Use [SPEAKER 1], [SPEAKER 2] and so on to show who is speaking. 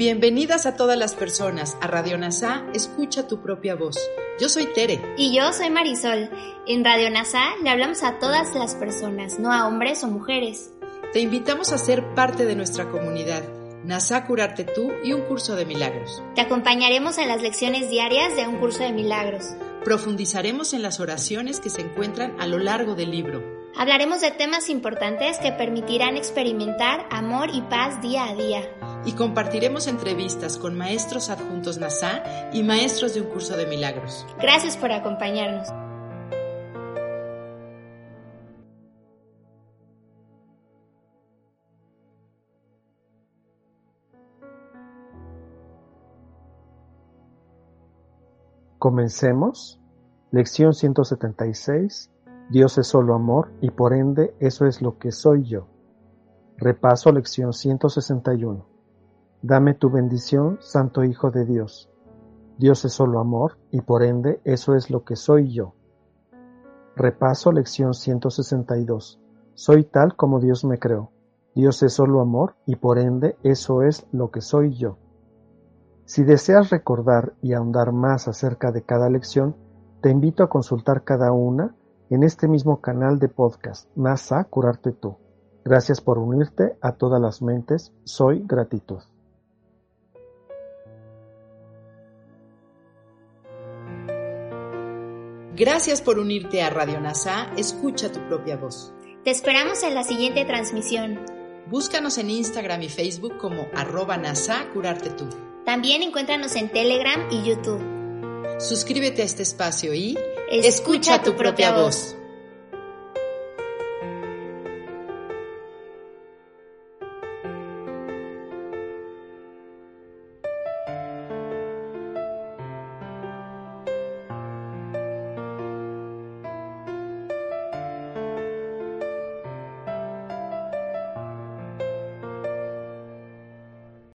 [SPEAKER 1] Bienvenidas a todas las personas a Radio NASA, escucha tu propia voz. Yo soy Tere.
[SPEAKER 2] Y yo soy Marisol. En Radio NASA le hablamos a todas las personas, no a hombres o mujeres.
[SPEAKER 1] Te invitamos a ser parte de nuestra comunidad, NASA Curarte Tú y un curso de milagros.
[SPEAKER 2] Te acompañaremos en las lecciones diarias de un curso de milagros.
[SPEAKER 1] Profundizaremos en las oraciones que se encuentran a lo largo del libro.
[SPEAKER 2] Hablaremos de temas importantes que permitirán experimentar amor y paz día a día.
[SPEAKER 1] Y compartiremos entrevistas con maestros adjuntos NASA y maestros de un curso de milagros.
[SPEAKER 2] Gracias por acompañarnos.
[SPEAKER 3] Comencemos. Lección 176. Dios es solo amor y por ende eso es lo que soy yo. Repaso lección 161. Dame tu bendición, Santo Hijo de Dios. Dios es solo amor y por ende eso es lo que soy yo. Repaso lección 162. Soy tal como Dios me creó. Dios es solo amor y por ende eso es lo que soy yo. Si deseas recordar y ahondar más acerca de cada lección, te invito a consultar cada una en este mismo canal de podcast, NASA Curarte Tú. Gracias por unirte a todas las mentes. Soy gratitud.
[SPEAKER 1] Gracias por unirte a Radio NASA, escucha tu propia voz.
[SPEAKER 2] Te esperamos en la siguiente transmisión.
[SPEAKER 1] Búscanos en Instagram y Facebook como @NASA Curarte Tú.
[SPEAKER 2] También encuéntranos en Telegram y YouTube.
[SPEAKER 1] Suscríbete a este espacio y
[SPEAKER 2] escucha tu propia voz.